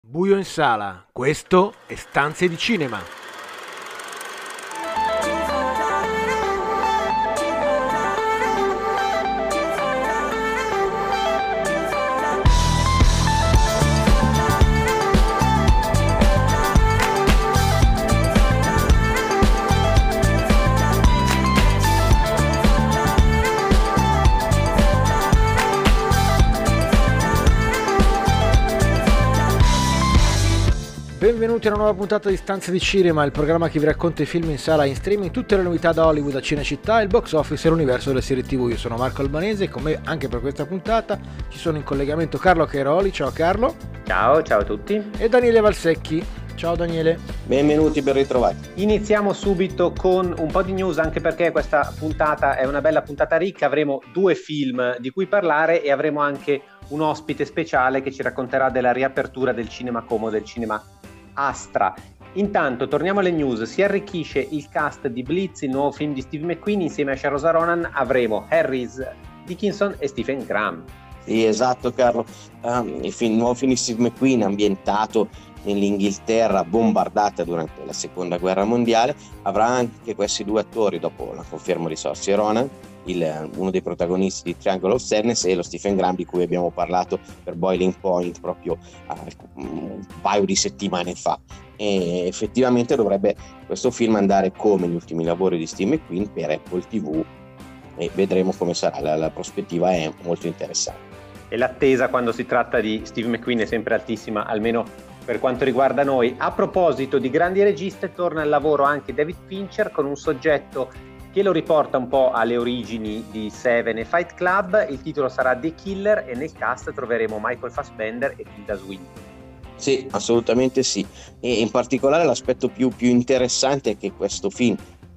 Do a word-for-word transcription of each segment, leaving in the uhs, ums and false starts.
Buio in sala, questo è Stanze di Cinema. Benvenuti a una nuova puntata di Stanze di Cinema, il programma che vi racconta i film in sala e in streaming, tutte le novità da Hollywood a Cinecittà, il box office e l'universo delle serie tivù. Io sono Marco Albanese e con me anche per questa puntata ci sono in collegamento Carlo Cairoli. Ciao Carlo. Ciao, ciao a tutti. E Daniele Valsecchi. Ciao Daniele. Benvenuti, ben ritrovati. Iniziamo subito con un po' di news, anche perché questa puntata è una bella puntata ricca. Avremo due film di cui parlare e avremo anche un ospite speciale che ci racconterà della riapertura del cinema Como, del cinema Astra. Intanto torniamo alle news. Si arricchisce il cast di Blitz, il nuovo film di Steve McQueen. Insieme a Saoirse Ronan avremo Harris Dickinson e Stephen Graham. Sì, esatto Carlo. Um, il, film, il nuovo film di Steve McQueen, ambientato nell'Inghilterra bombardata durante la seconda guerra mondiale, avrà anche questi due attori, dopo la conferma di Saoirse Ronan, il, uno dei protagonisti di Triangle of Sadness e lo Stephen Graham di cui abbiamo parlato per Boiling Point proprio uh, un paio di settimane fa. E effettivamente dovrebbe questo film andare come gli ultimi lavori di Steve McQueen per Apple tivù e vedremo come sarà. La, la prospettiva è molto interessante. E l'attesa quando si tratta di Steve McQueen è sempre altissima, almeno per quanto riguarda noi. A proposito di grandi registe, torna al lavoro anche David Fincher con un soggetto che lo riporta un po' alle origini di Seven e Fight Club. Il titolo sarà The Killer e nel cast troveremo Michael Fassbender e Tilda Swinton. Sì, assolutamente sì. E in particolare l'aspetto più, più interessante è che questo film,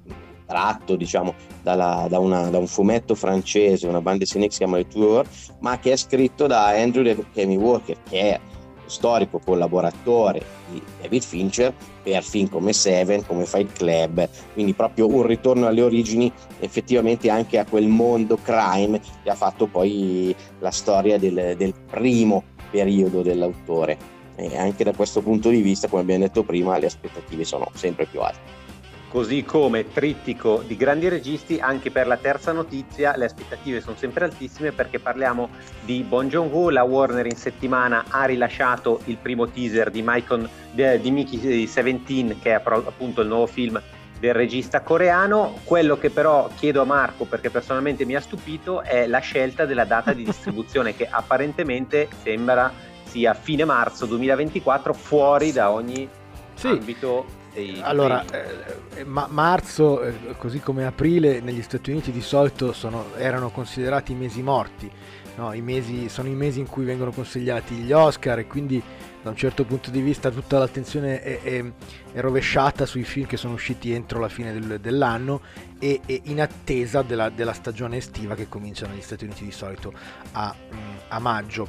tratto diciamo dalla, da, una, da un fumetto francese, una bande dessinée che si chiama Le Tour, ma che è scritto da Andrew Kemi Walker, che è storico collaboratore di David Fincher per film come Seven, come Fight Club, quindi proprio un ritorno alle origini, effettivamente anche a quel mondo crime che ha fatto poi la storia del, del primo periodo dell'autore. E anche da questo punto di vista, come abbiamo detto prima, le aspettative sono sempre più alte. Così come trittico di grandi registi, anche per la terza notizia le aspettative sono sempre altissime, perché parliamo di Bong Joon-ho. La Warner in settimana ha rilasciato il primo teaser di, Michael, di, di Mickey diciassette, che è appunto il nuovo film del regista coreano. Quello che però chiedo a Marco, perché personalmente mi ha stupito, è la scelta della data di distribuzione che apparentemente sembra sia fine marzo duemilaventiquattro, fuori da ogni sì. ambito. Allora, eh, ma, marzo, eh, così come aprile, negli Stati Uniti di solito sono, erano considerati i mesi morti, no? I mesi, sono i mesi in cui vengono consigliati gli Oscar, e quindi da un certo punto di vista tutta l'attenzione è, è, è rovesciata sui film che sono usciti entro la fine del, dell'anno e, e in attesa della, della stagione estiva che comincia negli Stati Uniti di solito a, a maggio.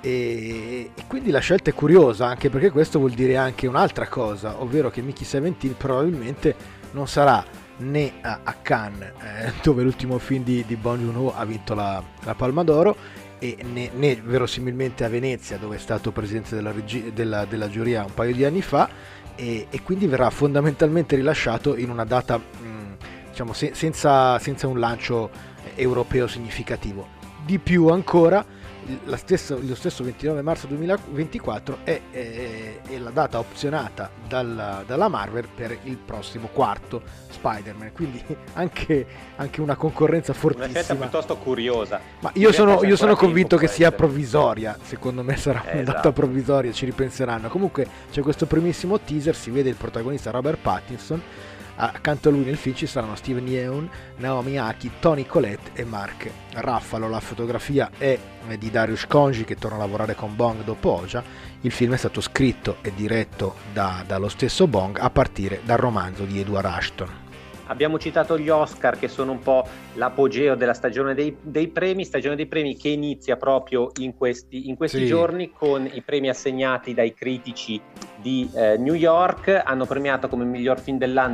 E, e quindi la scelta è curiosa, anche perché questo vuol dire anche un'altra cosa, ovvero che Mickey diciassette probabilmente non sarà né a, a Cannes, eh, dove l'ultimo film di, di Bong Joon-ho ha vinto la, la Palma d'Oro, e né, né verosimilmente a Venezia, dove è stato presidente della, regi- della, della giuria un paio di anni fa, e, e quindi verrà fondamentalmente rilasciato in una data mh, diciamo se, senza, senza un lancio europeo significativo. Di più ancora, la stessa, lo stesso ventinove marzo duemilaventiquattro è, è, è la data opzionata dalla, dalla Marvel per il prossimo quarto Spider-Man, quindi anche, anche una concorrenza fortissima. Una scelta piuttosto curiosa. Ma io sono, io sono convinto che sia provvisoria, secondo me sarà una esatto. data provvisoria, ci ripenseranno. Comunque c'è questo primissimo teaser, si vede il protagonista Robert Pattinson. Accanto a lui nel film ci saranno Steven Yeun, Naomi Aki, Toni Collette e Mark Ruffalo. La fotografia è di Darius Khondji, che torna a lavorare con Bong dopo Oja. Il film è stato scritto e diretto da, dallo stesso Bong, a partire dal romanzo di Edward Ashton. Abbiamo citato gli Oscar, che sono un po' l'apogeo della stagione dei, dei premi, stagione dei premi che inizia proprio in questi, in questi sì. giorni, con i premi assegnati dai critici di eh, New York. Hanno premiato come miglior film dell'anno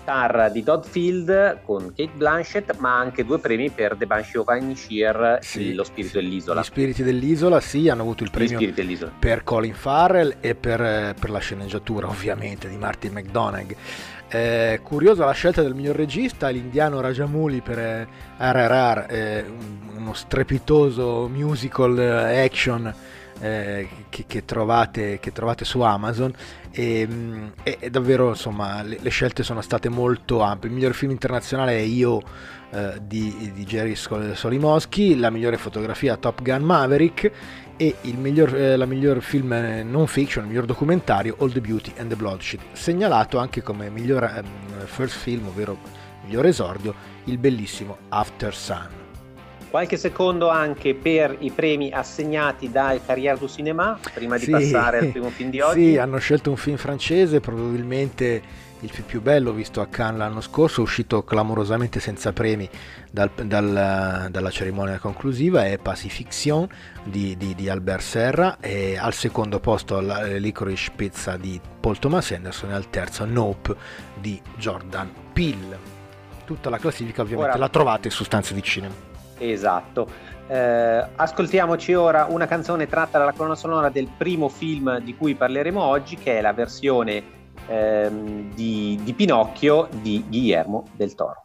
Star di Todd Field con Kate Blanchett, ma anche due premi per The Banshee of Inisheer, sì, Lo spirito sì. dell'isola. Gli spiriti dell'isola, sì, hanno avuto il premio per Colin Farrell e per, per la sceneggiatura ovviamente di Martin McDonagh. Eh, curiosa la scelta del miglior regista, l'indiano Rajamouli per R R R, eh, uno strepitoso musical action eh, che, che, trovate, che trovate su Amazon, e, e, e davvero insomma le, le scelte sono state molto ampie. Il miglior film internazionale è Io eh, di, di Jerry Solimowski, la migliore fotografia Top Gun Maverick, e il miglior, eh, la miglior film non fiction, il miglior documentario All the Beauty and the Bloodshed, segnalato anche come miglior eh, first film, ovvero miglior esordio, il bellissimo After Sun. Qualche secondo anche per i premi assegnati dal Carrière du Cinéma, prima di sì, passare al primo film di oggi. Sì, hanno scelto un film francese, probabilmente il film più bello visto a Cannes l'anno scorso, uscito clamorosamente senza premi dal, dal, dalla cerimonia conclusiva, è Pacifiction di, di, di Albert Serra, e al secondo posto la Licorice Pizza di Paul Thomas Anderson, e al terzo Nope di Jordan Peele. Tutta la classifica ovviamente ora la trovate su Stanze di Cinema. Esatto. Eh, ascoltiamoci ora una canzone tratta dalla colonna sonora del primo film di cui parleremo oggi, che è la versione ehm, di, di Pinocchio di Guillermo del Toro.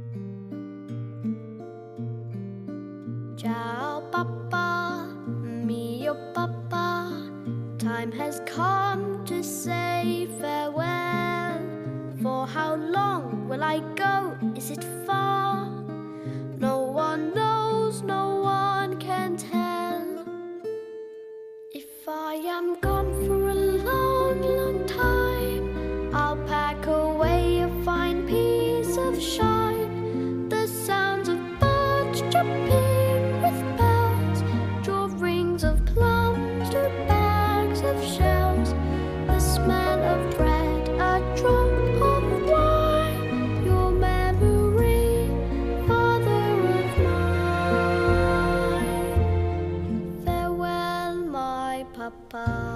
Ciao papà, mio papà, time has come to say farewell. For how long will I go? Is it far? No one knows, no one can tell. If I am gone for a long, long time, I'll pack away a fine piece of shine. The sounds of birds jumping with bells draw rings of plums to bags of shells. The smell of bread, a drop of wine, your memory, Father of mine. Farewell, my papa.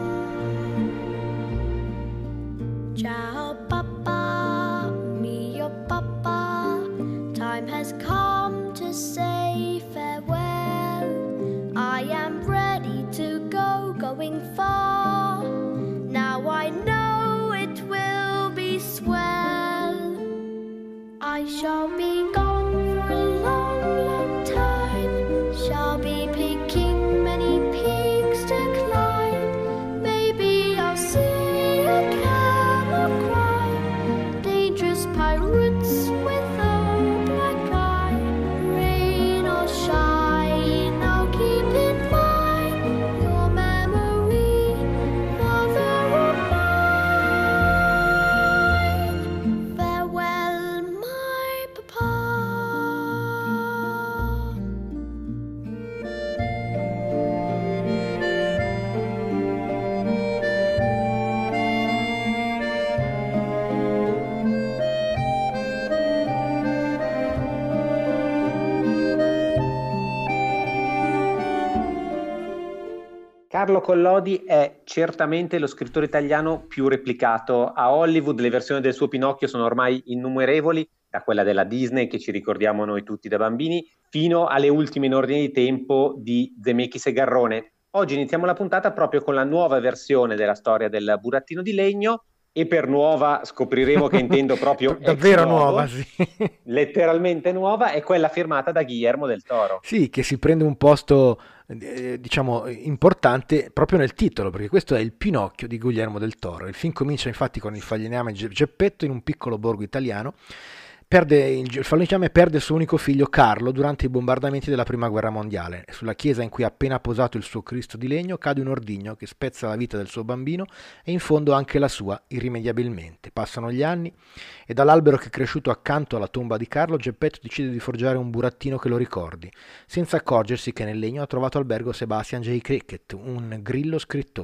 Ciao papa, mio papa, time has come to say farewell. I am ready to go, going far. Now I know it will be swell. I shall be gone for a long, long time. Shall be picking many peaks to climb. Maybe I'll see a camel cry. Dangerous pirates with a black eye. Rain or shine, I'll keep in mind your memory, Father of mine. Farewell, my papa. Carlo Collodi è certamente lo scrittore italiano più replicato a Hollywood. Le versioni del suo Pinocchio sono ormai innumerevoli, da quella della Disney che ci ricordiamo noi tutti da bambini, fino alle ultime in ordine di tempo di Zemeckis e Garrone. Oggi iniziamo la puntata proprio con la nuova versione della storia del burattino di legno, e per nuova scopriremo che intendo proprio davvero nuovo, nuova, sì. Letteralmente nuova, è quella firmata da Guillermo del Toro. Sì, che si prende un posto eh, diciamo importante proprio nel titolo, perché questo è il Pinocchio di Guillermo del Toro. Il film comincia infatti con il falegname Geppetto in un piccolo borgo italiano. Perde, il falegname perde il suo unico figlio Carlo durante i bombardamenti della prima guerra mondiale. Sulla chiesa in cui ha appena posato il suo Cristo di legno cade un ordigno che spezza la vita del suo bambino e in fondo anche la sua irrimediabilmente. Passano gli anni e dall'albero che è cresciuto accanto alla tomba di Carlo, Geppetto decide di forgiare un burattino che lo ricordi, senza accorgersi che nel legno ha trovato albergo Sebastian J. Cricket, un grillo scrittore.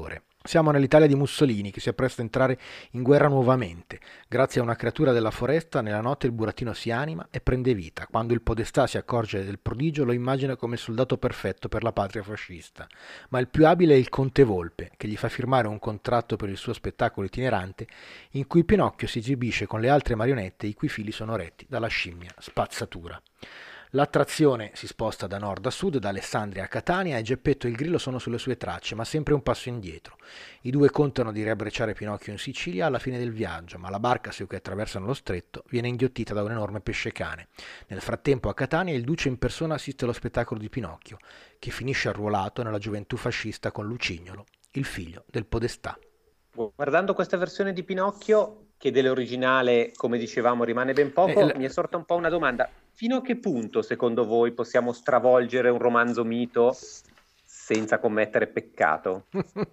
Siamo nell'Italia di Mussolini, che si appresta a entrare in guerra nuovamente. Grazie a una creatura della foresta, nella notte il burattino si anima e prende vita. Quando il podestà si accorge del prodigio, lo immagina come il soldato perfetto per la patria fascista. Ma il più abile è il conte Volpe, che gli fa firmare un contratto per il suo spettacolo itinerante, in cui Pinocchio si esibisce con le altre marionette i cui fili sono retti dalla scimmia spazzatura. L'attrazione si sposta da nord a sud, da Alessandria a Catania, e Geppetto e il Grillo sono sulle sue tracce, ma sempre un passo indietro. I due contano di riabbracciare Pinocchio in Sicilia alla fine del viaggio, ma la barca su cui attraversano lo stretto viene inghiottita da un enorme pescecane. Nel frattempo a Catania il duce in persona assiste allo spettacolo di Pinocchio, che finisce arruolato nella gioventù fascista con Lucignolo, il figlio del podestà. Guardando questa versione di Pinocchio, che dell'originale, come dicevamo, rimane ben poco, Eh, l- mi è sorta un po' una domanda. Fino a che punto, secondo voi, possiamo stravolgere un romanzo mito senza commettere peccato?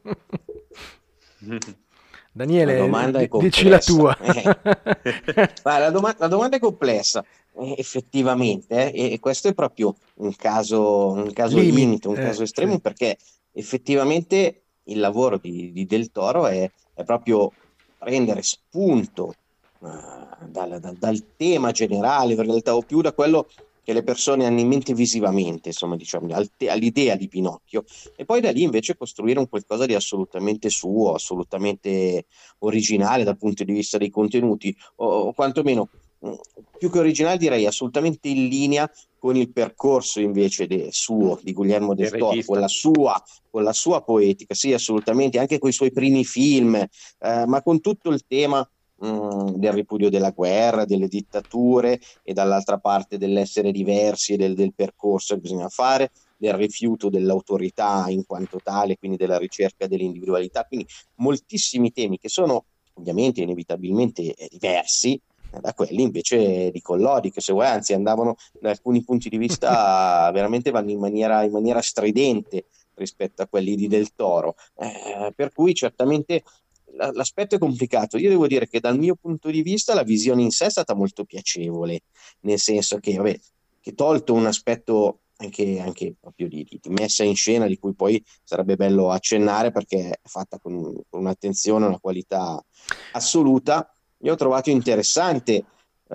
La Daniele, domanda è di- dici la tua. complessa. Eh. Ma la, doma- la domanda è complessa, eh, effettivamente, eh, e questo è proprio un caso, un caso Limite, limite, un eh, caso estremo, sì. perché effettivamente il lavoro di, di Del Toro è, è proprio prendere spunto eh, dal, dal- dal tema generale, in realtà, o più da quello che le persone hanno in mente visivamente, insomma, diciamo, al te- all'idea di Pinocchio, e poi da lì invece costruire un qualcosa di assolutamente suo, assolutamente originale dal punto di vista dei contenuti, o, o quantomeno mh, più che originale direi assolutamente in linea con il percorso invece de- suo, di Guglielmo Del del Toro, regista. con la sua, con la sua poetica, sì, assolutamente, anche con i suoi primi film, eh, ma con tutto il tema mh, del ripudio della guerra, delle dittature, e dall'altra parte dell'essere diversi e del, del percorso che bisogna fare, del rifiuto dell'autorità in quanto tale, quindi della ricerca dell'individualità, quindi moltissimi temi che sono ovviamente inevitabilmente eh, diversi eh, da quelli invece di Collodi, che se vuoi anzi andavano da alcuni punti di vista veramente vanno in maniera, in maniera stridente rispetto a quelli di Del Toro, eh, per cui certamente la- l'aspetto è complicato. Io devo dire che dal mio punto di vista la visione in sé è stata molto piacevole, nel senso che, vabbè, che tolto un aspetto anche, anche proprio di, di- di messa in scena, di cui poi sarebbe bello accennare perché è fatta con, con un'attenzione, una qualità assoluta. Io ho trovato interessante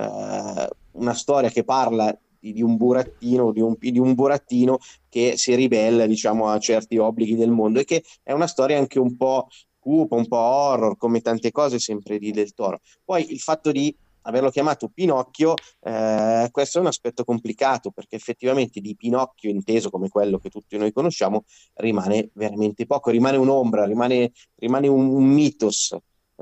eh, una storia che parla di, di un burattino, di un, di un burattino che si ribella, diciamo, a certi obblighi del mondo, e che è una storia anche un po' cupa, un po' horror, come tante cose sempre di Del Toro. Poi il fatto di averlo chiamato Pinocchio, eh, questo è un aspetto complicato, perché effettivamente di Pinocchio, inteso come quello che tutti noi conosciamo, rimane veramente poco, rimane un'ombra, rimane, rimane un, un mitos.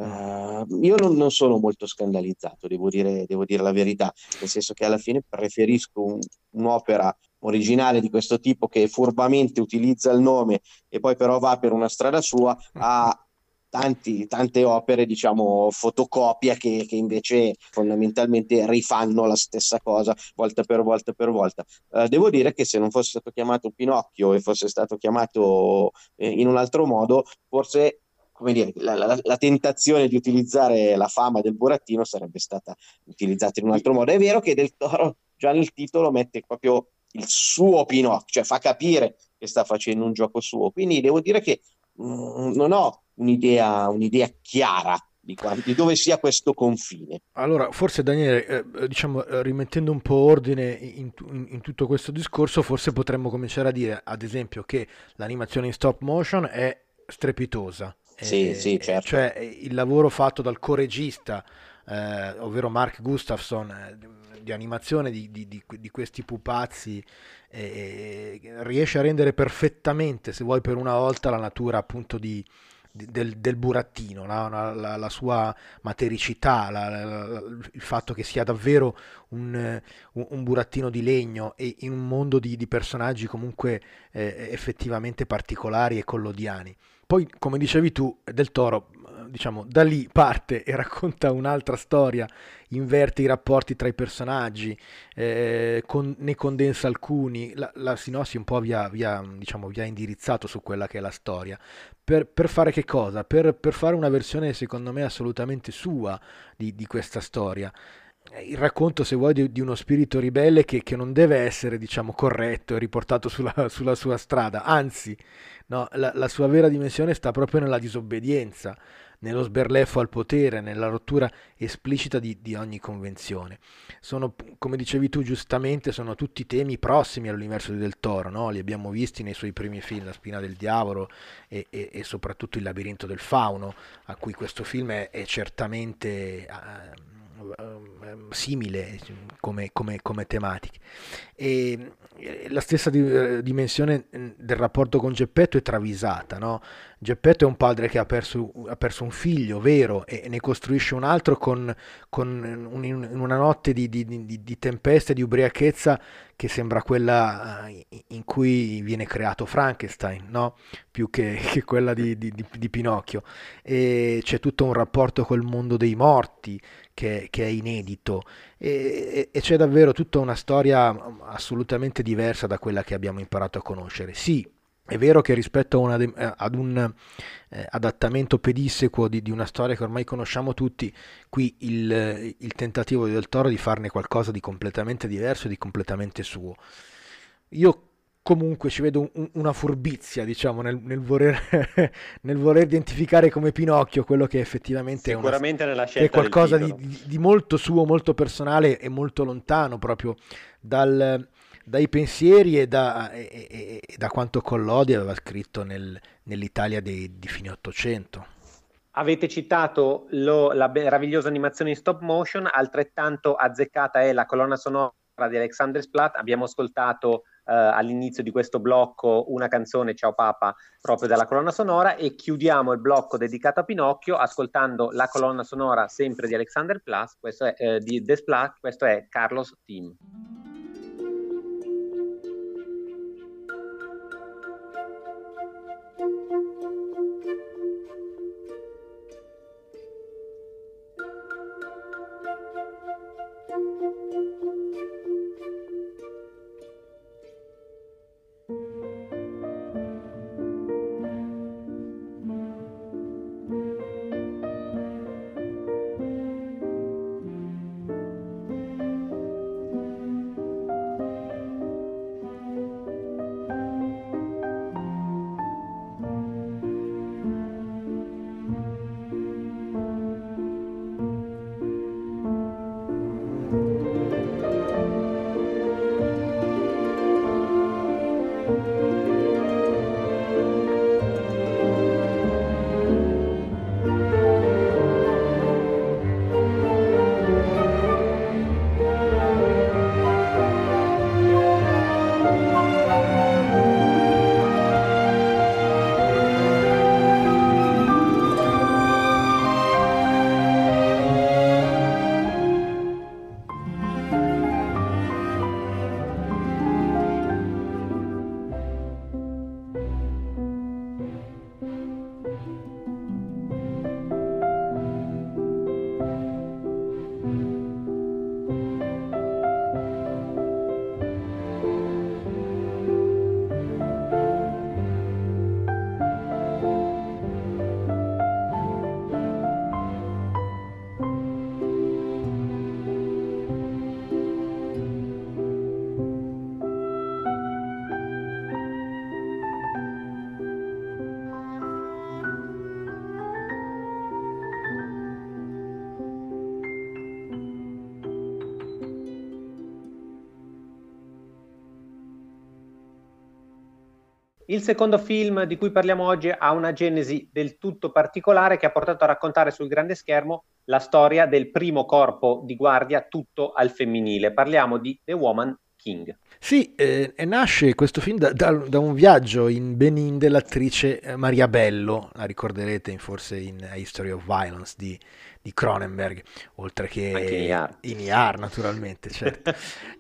Eh, io non, non sono molto scandalizzato, devo dire, devo dire la verità, nel senso che alla fine preferisco un- un'opera originale di questo tipo che furbamente utilizza il nome e poi però va per una strada sua, a tanti, tante opere, diciamo, fotocopia che, che invece fondamentalmente rifanno la stessa cosa volta per volta per volta. Eh, devo dire che se non fosse stato chiamato Pinocchio e fosse stato chiamato eh, in un altro modo, forse, come dire, la, la- la tentazione di utilizzare la fama del burattino sarebbe stata utilizzata in un altro modo. È vero che Del Toro già nel titolo mette proprio il suo Pinocchio, cioè fa capire che sta facendo un gioco suo. Quindi devo dire che mh, non ho un'idea, un'idea chiara di, qua- di dove sia questo confine. Allora, forse Daniele, eh, eh, diciamo, eh, rimettendo un po' ordine in, in- in tutto questo discorso, forse potremmo cominciare a dire, ad esempio, che l'animazione in stop motion è strepitosa. Sì, Eh, sì, eh, certo. cioè eh, il lavoro fatto dal coregista, eh, ovvero Mark Gustafson, eh, di di animazione di, di- di- di questi pupazzi, eh, riesce a rendere perfettamente, se vuoi per una volta, la natura appunto di, di- del, del burattino, no? la, la- la sua matericità, la- la- la- il fatto che sia davvero un, eh, un- un burattino di legno, e in un mondo di, di personaggi comunque eh, effettivamente particolari e collodiani. Poi, come dicevi tu, Del Toro, eh, diciamo, da lì parte e racconta un'altra storia, inverte i rapporti tra i personaggi, eh, con- ne condensa alcuni. La, la Sinossi un po' vi ha, vi ha, diciamo, vi ha indirizzato su quella che è la storia. Per, per fare che cosa? Per, per fare una versione, secondo me, assolutamente sua di, di questa storia. Il racconto, se vuoi, di, di uno spirito ribelle che, che non deve essere, diciamo, corretto e riportato sulla, sulla sua strada, anzi, No, la, la sua vera dimensione sta proprio nella disobbedienza, nello sberleffo al potere, nella rottura esplicita di, di ogni convenzione. Sono, come dicevi tu giustamente, sono tutti temi prossimi all'universo di Del Toro, no? Li abbiamo visti nei suoi primi film, La spina del diavolo e, e- e soprattutto Il labirinto del fauno, a cui questo film è, è certamente eh, eh, simile come, come- come tematiche. E eh, la stessa di- eh, dimensione eh, del rapporto con Geppetto è travisata, no? Geppetto è un padre che ha perso, ha perso un figlio vero e ne costruisce un altro con, con un- in una notte di, di, di, di tempesta e di ubriachezza che sembra quella eh, in cui viene creato Frankenstein, no? Più che, che quella di, di- di- di Pinocchio. E c'è tutto un rapporto col mondo dei morti che, che è inedito e, e c'è davvero tutta una storia assolutamente diversa da quella che abbiamo imparato a conoscere. Sì, è vero che rispetto a una de- eh, ad un eh, adattamento pedissequo di, di una storia che ormai conosciamo tutti, qui il, eh, il tentativo di Del Toro di farne qualcosa di completamente diverso e di completamente suo. Io comunque ci vedo un- una furbizia, diciamo, nel, nel voler, nel voler identificare come Pinocchio quello che effettivamente è una, Sicuramente nella che è scelta del qualcosa di, titolo. di- di molto suo, molto personale e molto lontano proprio dal- dai pensieri e da, e- e- e da quanto Collodi aveva scritto nel- nell'Italia dei- di fine Ottocento. Avete citato lo- la be- meravigliosa animazione in stop motion, altrettanto azzeccata è la colonna sonora di Alexander Splat. Abbiamo ascoltato eh, all'inizio di questo blocco una canzone, Ciao Papa, proprio dalla colonna sonora, e chiudiamo il blocco dedicato a Pinocchio ascoltando la colonna sonora sempre di Alexander Plas, questo è, eh, di Desplat, questo è Carlos Team. Il secondo film di cui parliamo oggi ha una genesi del tutto particolare che ha portato a raccontare sul grande schermo la storia del primo corpo di guardia tutto al femminile. Parliamo di The Woman King. Sì, eh, e nasce questo film da, da- da un viaggio in Benin dell'attrice eh, Maria Bello, la ricorderete in- forse in A History of Violence di, di Cronenberg, oltre Anche in che Iar. in I A R naturalmente, certo.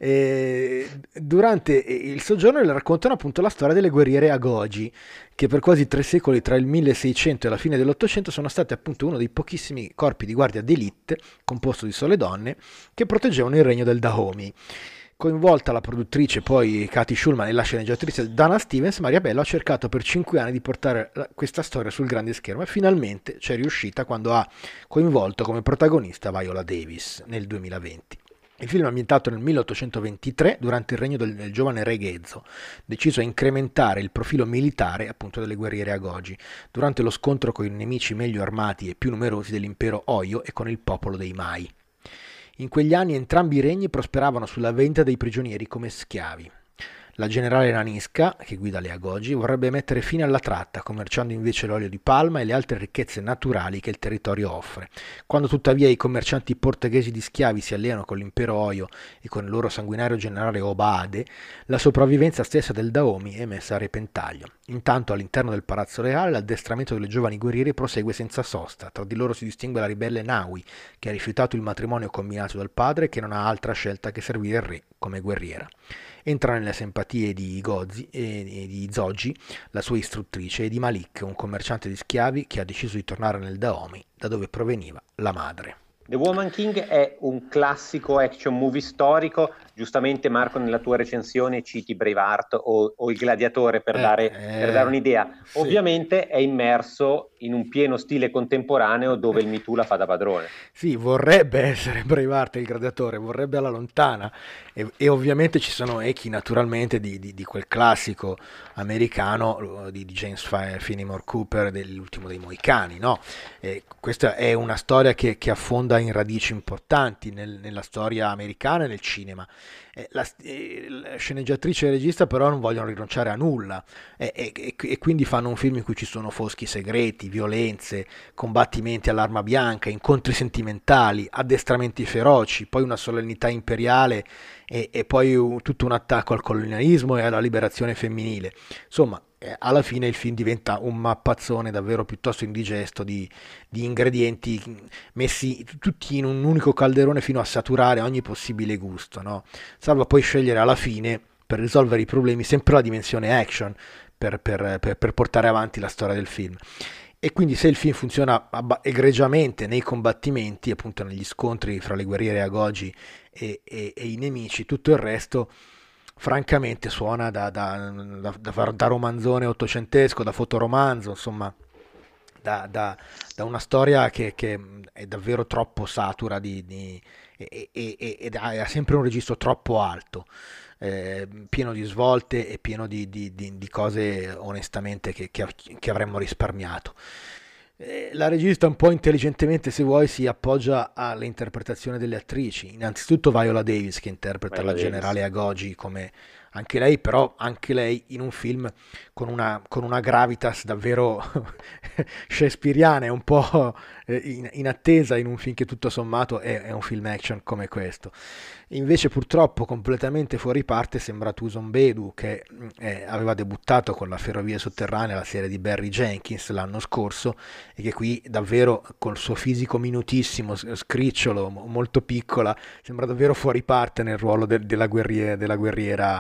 E durante il soggiorno le raccontano appunto la storia delle guerriere Agogi, che per quasi tre secoli, tra il milleseicento e la fine dell'Ottocento, sono state appunto uno dei pochissimi corpi di guardia d'élite, composto di sole donne, che proteggevano il regno del Dahomey. Coinvolta la produttrice poi Katy Schulman e la sceneggiatrice Dana Stevens, Maria Bello ha cercato per cinque anni di portare la- questa storia sul grande schermo e finalmente c'è riuscita quando ha coinvolto come protagonista Viola Davis nel duemilaventi. Il film è ambientato nel milleottocentoventitré, durante il regno del, del giovane re Ghezzo, deciso a incrementare il profilo militare appunto delle guerriere Agogi, durante lo scontro con i nemici meglio armati e più numerosi dell'impero Oyo e con il popolo dei Mai. In quegli anni entrambi i regni prosperavano sulla vendita dei prigionieri come schiavi. La generale Nanisca, che guida le Agogi, vorrebbe mettere fine alla tratta, commerciando invece l'olio di palma e le altre ricchezze naturali che il territorio offre. Quando tuttavia i commercianti portoghesi di schiavi si alleano con l'impero Oyo e con il loro sanguinario generale Obaade, la sopravvivenza stessa del Daomi è messa a repentaglio. Intanto all'interno del palazzo reale l'addestramento delle giovani guerriere prosegue senza sosta. Tra di loro si distingue la ribelle Naui, che ha rifiutato il matrimonio combinato dal padre e che non ha altra scelta che servire il re come guerriera. Entra nelle simpatie di Gozi e di Zoji, la sua istruttrice, e di Malik, un commerciante di schiavi che ha deciso di tornare nel Daomi, da dove proveniva la madre. The Woman King è un classico action movie storico. Giustamente, Marco, nella tua recensione citi Braveheart o, o Il Gladiatore per, eh, dare, eh, per dare un'idea. Sì. Ovviamente è immerso in un pieno stile contemporaneo dove il Me Too la fa da padrone. Sì, vorrebbe essere Braveheart Il Gladiatore, vorrebbe alla lontana, e, e ovviamente ci sono echi naturalmente di, di, di quel classico americano di, di James Fenimore Cooper, dell'Ultimo dei Mohicani, no? E questa è una storia che, che affonda in radici importanti nel, nella storia americana e nel cinema. Eh, la, eh, la sceneggiatrice e il regista però non vogliono rinunciare a nulla, eh, e, e, e quindi fanno un film in cui ci sono foschi segreti, violenze, combattimenti all'arma bianca, incontri sentimentali, addestramenti feroci, poi una solennità imperiale e, e poi un, tutto un attacco al colonialismo e alla liberazione femminile. Insomma, eh, alla fine il film diventa un mappazzone davvero piuttosto indigesto di, di ingredienti messi tutti in un unico calderone fino a saturare ogni possibile gusto, no? Salvo poi scegliere alla fine, per risolvere i problemi, sempre la dimensione action per, per, per, per portare avanti la storia del film. E quindi se il film funziona egregiamente nei combattimenti, appunto negli scontri fra le guerriere Agogi e, e, e i nemici, tutto il resto francamente suona da, da, da, da, da romanzone ottocentesco, da fotoromanzo, insomma da, da, da una storia che, che è davvero troppo satura di, di, e, e, e, ed ha sempre un registro troppo alto, eh, pieno di svolte e pieno di, di, di, di cose onestamente che, che, che avremmo risparmiato. La regista un po' intelligentemente, se vuoi, si appoggia all'interpretazione delle attrici. Innanzitutto Viola Davis, che interpreta Viola la Davis. generale Agogi, come anche lei, però anche lei in un film con una, con una gravitas davvero shakespeariana, è un po' in, in attesa in un film che tutto sommato è, è un film action come questo. Invece purtroppo completamente fuori parte sembra Tuson Bedu, che eh, aveva debuttato con La Ferrovia Sotterranea, la serie di Barry Jenkins l'anno scorso, e che qui davvero col suo fisico minutissimo, scricciolo, molto piccola, sembra davvero fuori parte nel ruolo de- della, guerriera, della guerriera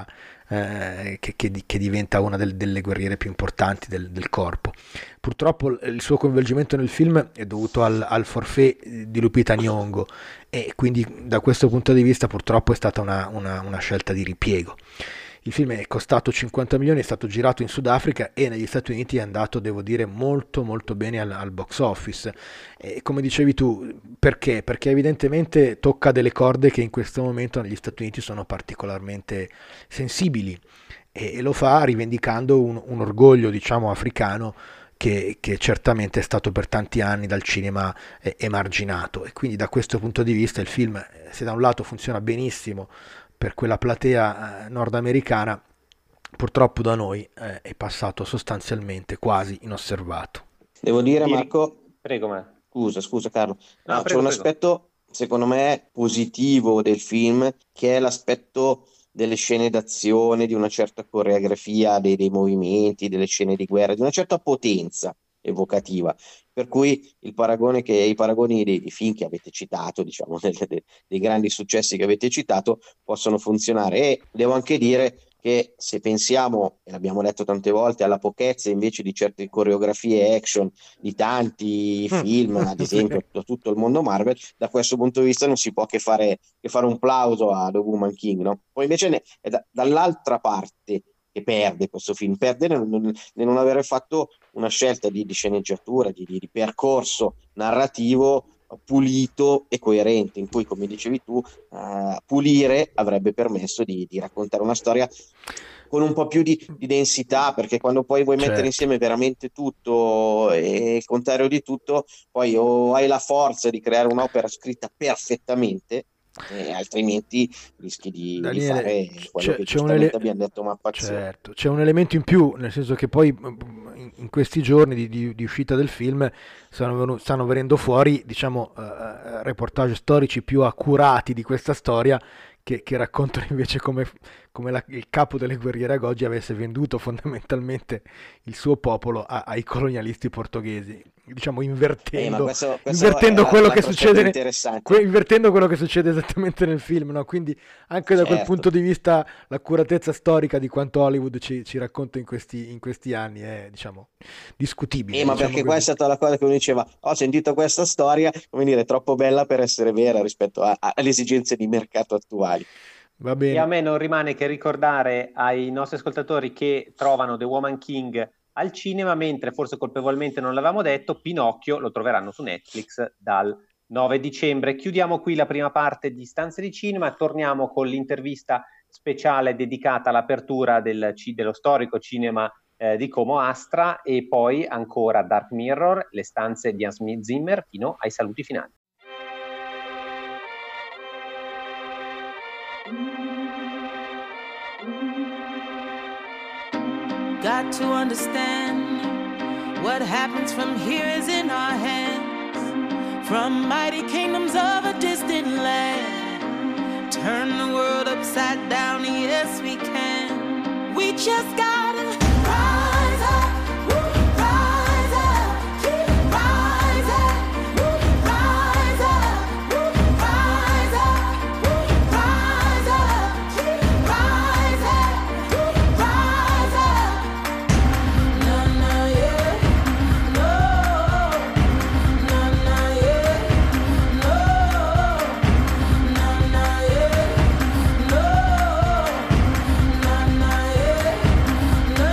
eh, che, che, che diventa una del, delle guerriere più importanti del, del corpo. Purtroppo il suo coinvolgimento nel film è dovuto al, al forfait di Lupita Nyong'o, e quindi da questo punto di vista purtroppo è stata una, una, una scelta di ripiego. Il film è costato cinquanta milioni, è stato girato in Sudafrica e negli Stati Uniti è andato, devo dire, molto molto bene al, al box office. E come dicevi tu, perché? Perché evidentemente tocca delle corde che in questo momento negli Stati Uniti sono particolarmente sensibili, e, e lo fa rivendicando un, un orgoglio, diciamo, africano che, che certamente è stato per tanti anni dal cinema eh, emarginato. E quindi da questo punto di vista il film, se da un lato funziona benissimo per quella platea eh, nordamericana, purtroppo da noi eh, è passato sostanzialmente quasi inosservato. Devo dire, Marco, prego, ma scusa, scusa Carlo, no, no, c'è prego, un prego. aspetto secondo me positivo del film, che è l'aspetto delle scene d'azione, di una certa coreografia dei, dei movimenti, delle scene di guerra, di una certa potenza evocativa, per cui il paragone che, i paragoni dei, dei film che avete citato, diciamo, dei, dei grandi successi che avete citato, possono funzionare. E devo anche dire che se pensiamo, e l'abbiamo detto tante volte, alla pochezza invece di certe coreografie action di tanti film, ad esempio tutto il mondo Marvel, da questo punto di vista non si può che fare, che fare un plauso a The Woman King, no? Poi invece ne, è da, dall'altra parte che perde questo film, perde nel non, nel non aver fatto una scelta di, di sceneggiatura, di, di, di percorso narrativo pulito e coerente, in cui, come dicevi tu, uh, pulire avrebbe permesso di, di raccontare una storia con un po' più di, di densità, perché quando poi vuoi Certo. mettere insieme veramente tutto e il contrario di tutto, poi o hai la forza di creare un'opera scritta perfettamente, e altrimenti rischi di, Daniele, di fare quello c'è, che c'è giustamente ele- abbiamo detto mappazione. certo, c'è un elemento in più, nel senso che poi in, in questi giorni di, di- di uscita del film stanno, venu- stanno venendo fuori, diciamo, eh, reportage storici più accurati di questa storia, che, che raccontano invece come, come la- il capo delle guerriere Agoggi avesse venduto fondamentalmente il suo popolo a- ai colonialisti portoghesi, diciamo Eh, ma invertendo, questo, questo invertendo è la- quello che l'altro aspetto succede, ne- interessante. que- invertendo quello che succede esattamente nel film, no? Quindi anche da quel Certo. punto di vista l'accuratezza storica di quanto Hollywood ci, ci racconta in questi, in questi anni è, diciamo, discutibile. Eh, ma diciamo perché qua è così. stata la cosa che uno diceva, ho sentito questa storia, come dire, troppo bella per essere vera rispetto a- a- alle esigenze di mercato attuali. Va E a bene. me non rimane che ricordare ai nostri ascoltatori che trovano The Woman King al cinema, mentre forse colpevolmente non l'avevamo detto, Pinocchio lo troveranno su Netflix dal nove dicembre. Chiudiamo qui la prima parte di Stanze di Cinema, torniamo con l'intervista speciale dedicata all'apertura del, ci- dello storico cinema eh, di Como Astra, e poi ancora Dark Mirror, le stanze di Hans Zimmer, fino ai saluti finali. Got to understand what happens from here is in our hands. From mighty kingdoms of a distant land, turn the world upside down, yes we can. We just gotta rise up, woo, rise up, keep rising, woo, rise up, woo, rise up, woo, rise up, keep rising, woo, rise up. No, no, yeah, no, no, no, yeah, no, no, no, yeah, no, no, no, yeah, no.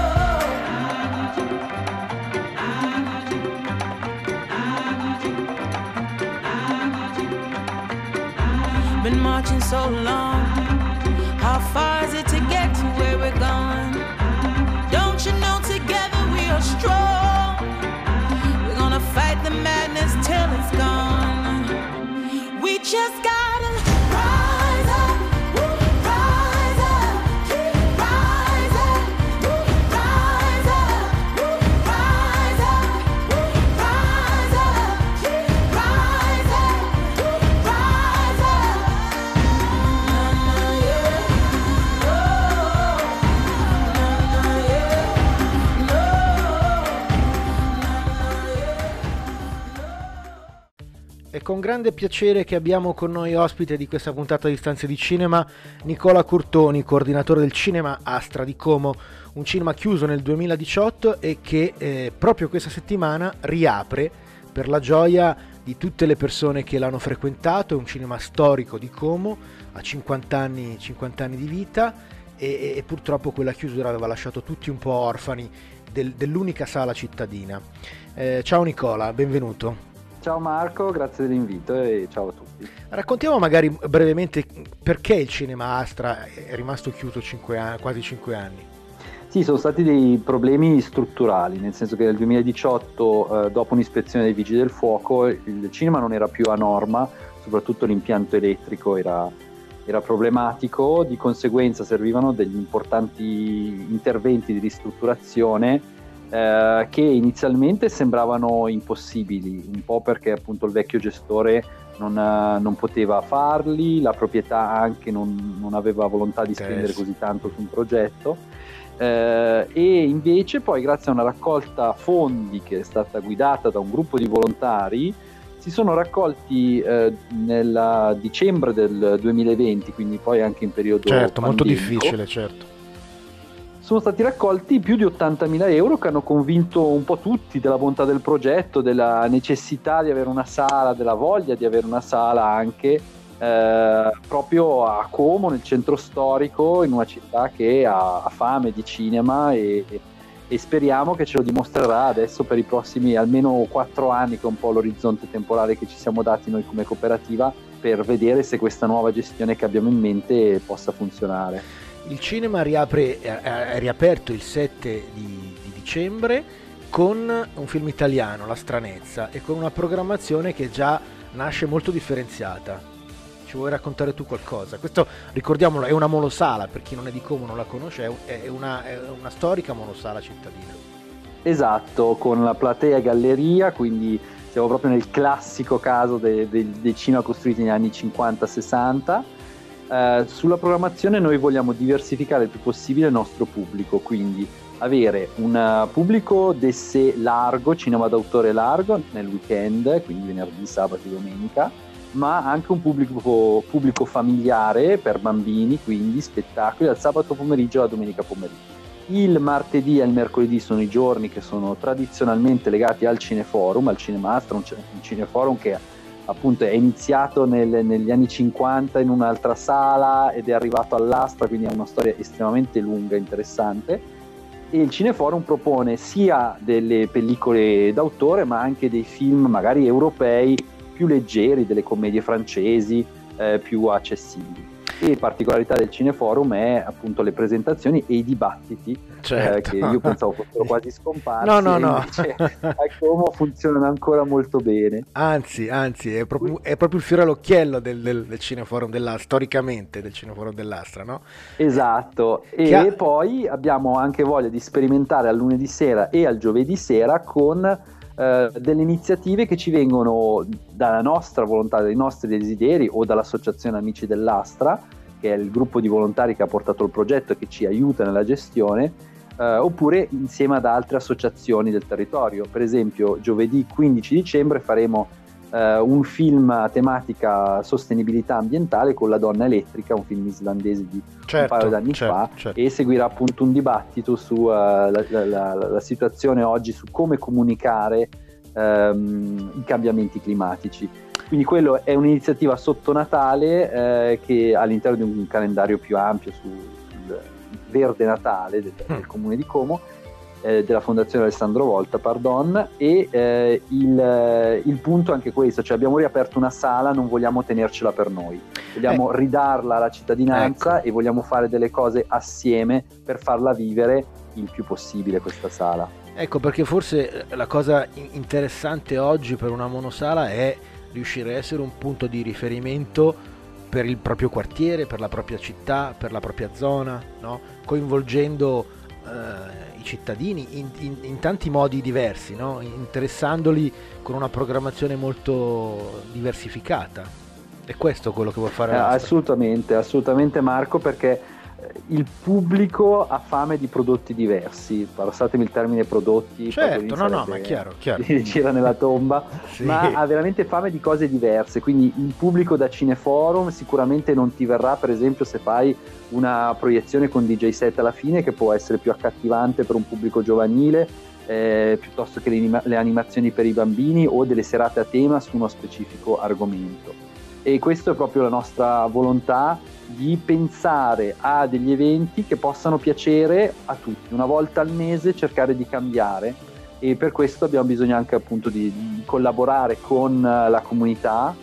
Been marching so long, how far is it to get to where we're going? Don't you know together we are strong? We're gonna fight the madness till it's gone. We just gotta rise up, woo, rise up, keep rising, woo, rise up, woo, rise up, woo, rise up, keep rising, woo, rise up. No, no, yeah, no, no, no, yeah, no, È con grande piacere che abbiamo con noi ospite di questa puntata di Stanze di Cinema Nicola Curtoni, coordinatore del Cinema Astra di Como, un cinema chiuso nel duemiladiciotto e che eh, proprio questa settimana riapre per la gioia di tutte le persone che l'hanno frequentato. È un cinema storico di Como, ha cinquanta anni, cinquanta anni di vita e, e purtroppo quella chiusura aveva lasciato tutti un po' orfani del- dell'unica sala cittadina. Eh, ciao Nicola, benvenuto. Ciao Marco, grazie dell'invito e ciao a tutti. Raccontiamo magari brevemente perché il cinema Astra è rimasto chiuso cinque anni, quasi cinque anni. Sì, sono stati dei problemi strutturali, nel senso che nel duemiladiciotto, eh, dopo un'ispezione dei Vigili del Fuoco, il cinema non era più a norma, soprattutto l'impianto elettrico era, era problematico, di conseguenza servivano degli importanti interventi di ristrutturazione eh, che inizialmente sembravano impossibili, un po' perché appunto il vecchio gestore non, eh, non poteva farli, la proprietà anche non, non aveva volontà di spendere Interesse. così tanto su un progetto. Eh, e invece poi grazie a una raccolta fondi che è stata guidata da un gruppo di volontari si sono raccolti eh, nel dicembre del duemilaventi, quindi poi anche in periodo Certo, molto pandemico. difficile, certo. Sono stati raccolti più di ottantamila euro che hanno convinto un po' tutti della bontà del progetto, della necessità di avere una sala, della voglia di avere una sala anche eh, proprio a Como, nel centro storico, in una città che ha, ha fame di cinema e, e speriamo che ce lo dimostrerà adesso per i prossimi almeno quattro anni, che è un po' l'orizzonte temporale che ci siamo dati noi come cooperativa, per vedere se questa nuova gestione che abbiamo in mente possa funzionare. Il cinema riapre, è riaperto il sette di, di dicembre con un film italiano, La Stranezza, e con una programmazione che già nasce molto differenziata. Ci vuoi raccontare tu qualcosa? Questo, ricordiamolo, è una monosala, per chi non è di Como non la conosce, è una, è una storica monosala cittadina. Esatto, con la platea galleria, quindi siamo proprio nel classico caso dei, dei, dei cinema costruiti negli anni cinquanta sessanta. Eh, sulla programmazione noi vogliamo diversificare il più possibile il nostro pubblico, quindi avere un pubblico d'essè largo, cinema d'autore largo nel weekend, quindi venerdì, sabato e domenica, ma anche un pubblico, pubblico familiare per bambini, quindi spettacoli dal sabato pomeriggio alla domenica pomeriggio. Il martedì e il mercoledì sono i giorni che sono tradizionalmente legati al Cineforum, al Cinemastra, un Cineforum che appunto è iniziato nel, negli anni cinquanta in un'altra sala ed è arrivato all'Astra, quindi è una storia estremamente lunga e interessante. E il Cineforum propone sia delle pellicole d'autore ma anche dei film magari europei più leggeri, delle commedie francesi eh, più accessibili. E particolarità del Cineforum è appunto le presentazioni e i dibattiti, certo. eh, che io pensavo fossero quasi scomparsi. No, no, no. Invece a Como funzionano ancora molto bene. Anzi, anzi, è proprio, è proprio il fiore all'occhiello del, del, del Cineforum della, storicamente del Cineforum dell'Astra, no? Esatto. E ha... poi abbiamo anche voglia di sperimentare al lunedì sera e al giovedì sera con Uh, delle iniziative che ci vengono dalla nostra volontà, dai nostri desideri o dall'associazione Amici dell'Astra, che è il gruppo di volontari che ha portato il progetto e che ci aiuta nella gestione, uh, oppure insieme ad altre associazioni del territorio. Per esempio giovedì quindici dicembre faremo uh, un film a tematica sostenibilità ambientale con La donna elettrica, un film islandese di certo, un paio d'anni certo, fa, certo. E seguirà appunto un dibattito su uh, la, la, la, la situazione oggi, su come comunicare um, i cambiamenti climatici. Quindi quello è un'iniziativa sotto Natale eh, che all'interno di un calendario più ampio sul, sul Verde Natale del, del Comune di Como, eh, della Fondazione Alessandro Volta, pardon, e eh, il, il punto è anche questo, cioè abbiamo riaperto una sala, non vogliamo tenercela per noi, vogliamo eh. ridarla alla cittadinanza, ecco. E vogliamo fare delle cose assieme per farla vivere il più possibile questa sala. Ecco, perché forse la cosa interessante oggi per una monosala è riuscire a essere un punto di riferimento per il proprio quartiere, per la propria città, per la propria zona, no? Coinvolgendo eh, i cittadini in, in, in tanti modi diversi, no? Interessandoli con una programmazione molto diversificata. È questo quello che vuol fare eh, la assolutamente, assolutamente Marco, perché il pubblico ha fame di prodotti diversi, passatemi il termine prodotti, certo, no no ma è chiaro, chiaro. gira nella tomba, sì. Ma ha veramente fame di cose diverse, quindi il pubblico da Cineforum sicuramente non ti verrà, per esempio, se fai una proiezione con D J set alla fine, che può essere più accattivante per un pubblico giovanile, eh, piuttosto che le, anima- le animazioni per i bambini o delle serate a tema su uno specifico argomento. E questo è proprio la nostra volontà, di pensare a degli eventi che possano piacere a tutti, una volta al mese cercare di cambiare, e per questo abbiamo bisogno anche appunto di, di collaborare con la comunità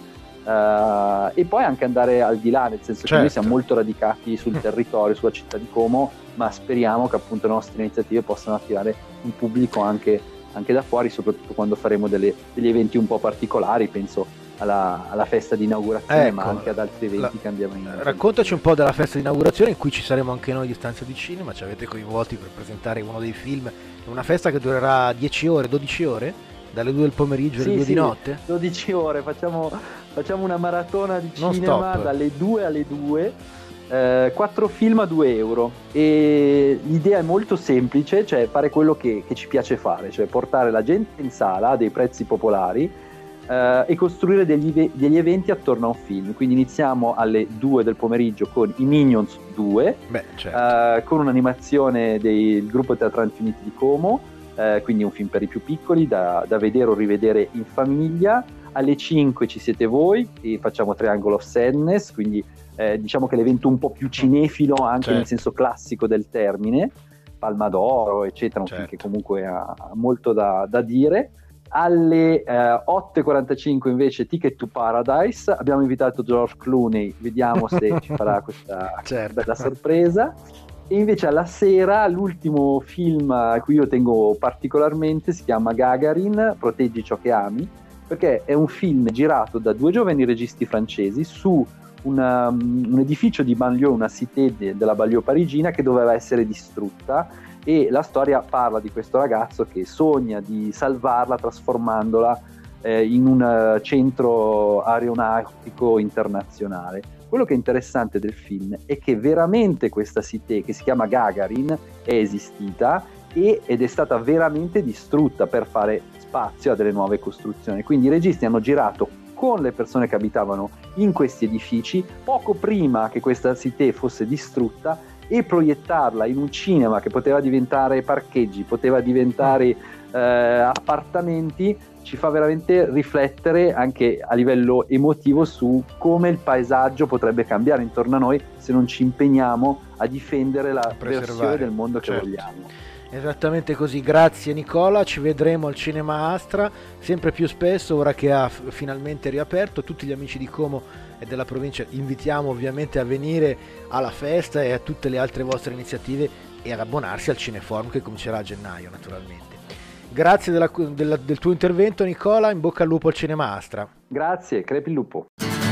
uh, e poi anche andare al di là, nel senso certo. Che noi siamo molto radicati sul territorio, sulla città di Como, ma speriamo che appunto le nostre iniziative possano attirare un pubblico anche, anche da fuori, soprattutto quando faremo delle, degli eventi un po' particolari, penso Alla, alla festa di inaugurazione, ecco, ma anche ad altri eventi la, che andiamo in raccontaci un po' della festa di inaugurazione, in cui ci saremo anche noi di Stanza di Cinema, ci avete coinvolti per presentare uno dei film. È una festa che durerà dieci ore, dodici ore, dalle due del pomeriggio alle sì, due sì, di notte? dodici ore, facciamo, facciamo una maratona di non cinema stop. Dalle due alle due, eh, quattro film a due euro, e l'idea è molto semplice, cioè fare quello che, che ci piace fare, cioè portare la gente in sala a dei prezzi popolari, Uh, e costruire degli, degli eventi attorno a un film. Quindi iniziamo alle due del pomeriggio con i Minions due. Beh, certo. uh, con un'animazione del gruppo Teatranti Uniti di Como, uh, quindi un film per i più piccoli da, da vedere o rivedere in famiglia. Alle cinque ci siete voi e facciamo Triangle of Sadness, quindi eh, diciamo che l'evento un po' più cinefilo anche certo. Nel senso classico del termine. Palma d'Oro, eccetera, un Certo. film che comunque ha molto da, da dire. Alle eh, otto e quarantacinque invece Ticket to Paradise, abbiamo invitato George Clooney, vediamo se ci farà questa Certo. bella sorpresa. E invece alla sera l'ultimo film a cui io tengo particolarmente si chiama Gagarin, proteggi ciò che ami, perché è un film girato da due giovani registi francesi su una, un edificio di banlieue, una cité de, della banlieue parigina che doveva essere distrutta, e la storia parla di questo ragazzo che sogna di salvarla trasformandola eh, in un uh, centro aeronautico internazionale. Quello che è interessante del film è che veramente questa cité, che si chiama Gagarin, è esistita e, ed è stata veramente distrutta per fare spazio a delle nuove costruzioni. Quindi i registi hanno girato con le persone che abitavano in questi edifici poco prima che questa cité fosse distrutta, e proiettarla in un cinema che poteva diventare parcheggi, poteva diventare eh, appartamenti, ci fa veramente riflettere anche a livello emotivo su come il paesaggio potrebbe cambiare intorno a noi se non ci impegniamo a difendere la versione del mondo che certo. vogliamo. Esattamente così, grazie Nicola, ci vedremo al Cinema Astra sempre più spesso ora che ha f- finalmente riaperto. Tutti gli amici di Como e della provincia invitiamo ovviamente a venire alla festa e a tutte le altre vostre iniziative e ad abbonarsi al Cineforum che comincerà a gennaio naturalmente. Grazie della, della, del tuo intervento Nicola, in bocca al lupo al Cinema Astra. Grazie, crepi il lupo.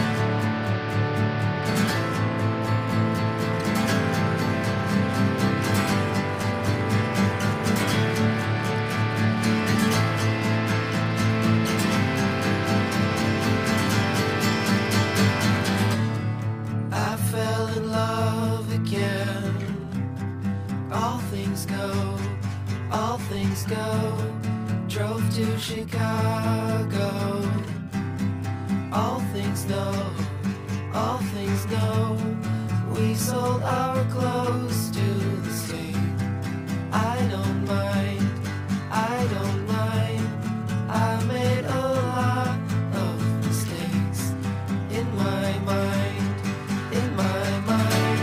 Chicago, all things know, all things know, we sold our clothes to the state. I don't mind, I don't mind, I made a lot of mistakes in my mind, in my mind.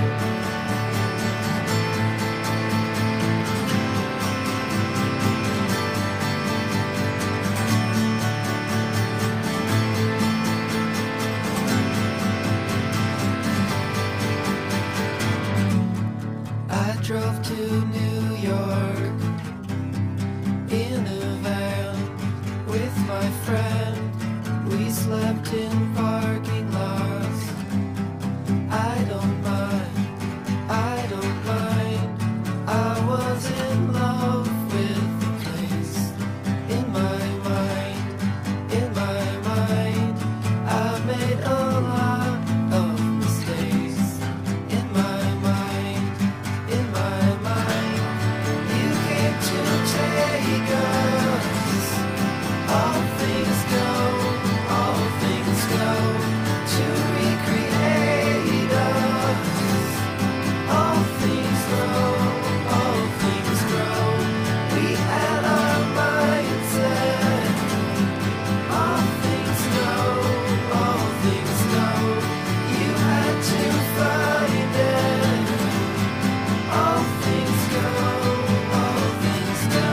Drove to New York in a van with my friend. We slept in parking lots. I don't mind, I don't mind. I was in love with the place. In my mind, in my mind, I made a lot of mistakes. In my mind, in my mind, you came to take us. All things go, all things go, to recreate us. All things grow, all things grow, we had our mindset. All things know, all things know, you had to find it. All things go, all things go.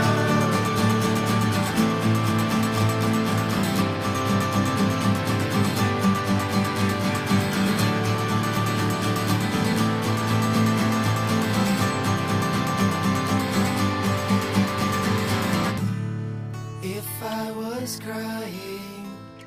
If I was crying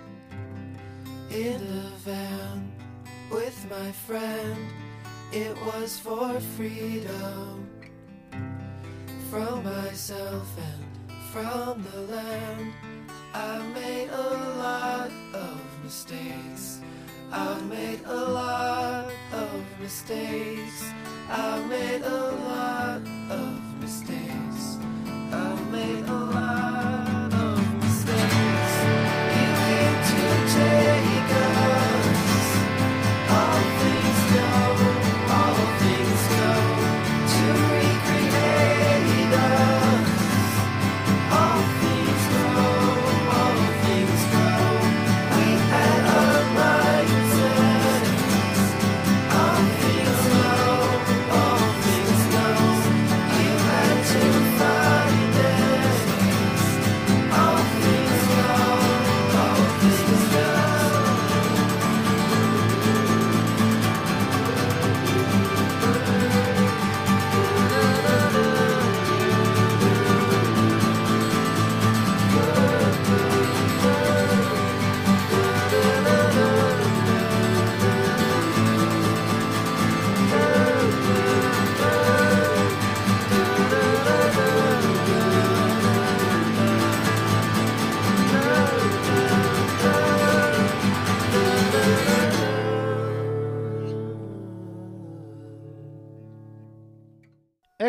in a van with my friend, it was for freedom from myself and from the land. I made a lot of mistakes. I've made a lot of mistakes. I've made a lot of mistakes. I've made a lot of mistakes. You came to take us. All things go, all things go, to recreate us. All things grow, all things grow, we had our mindset. All things know, all things know, you had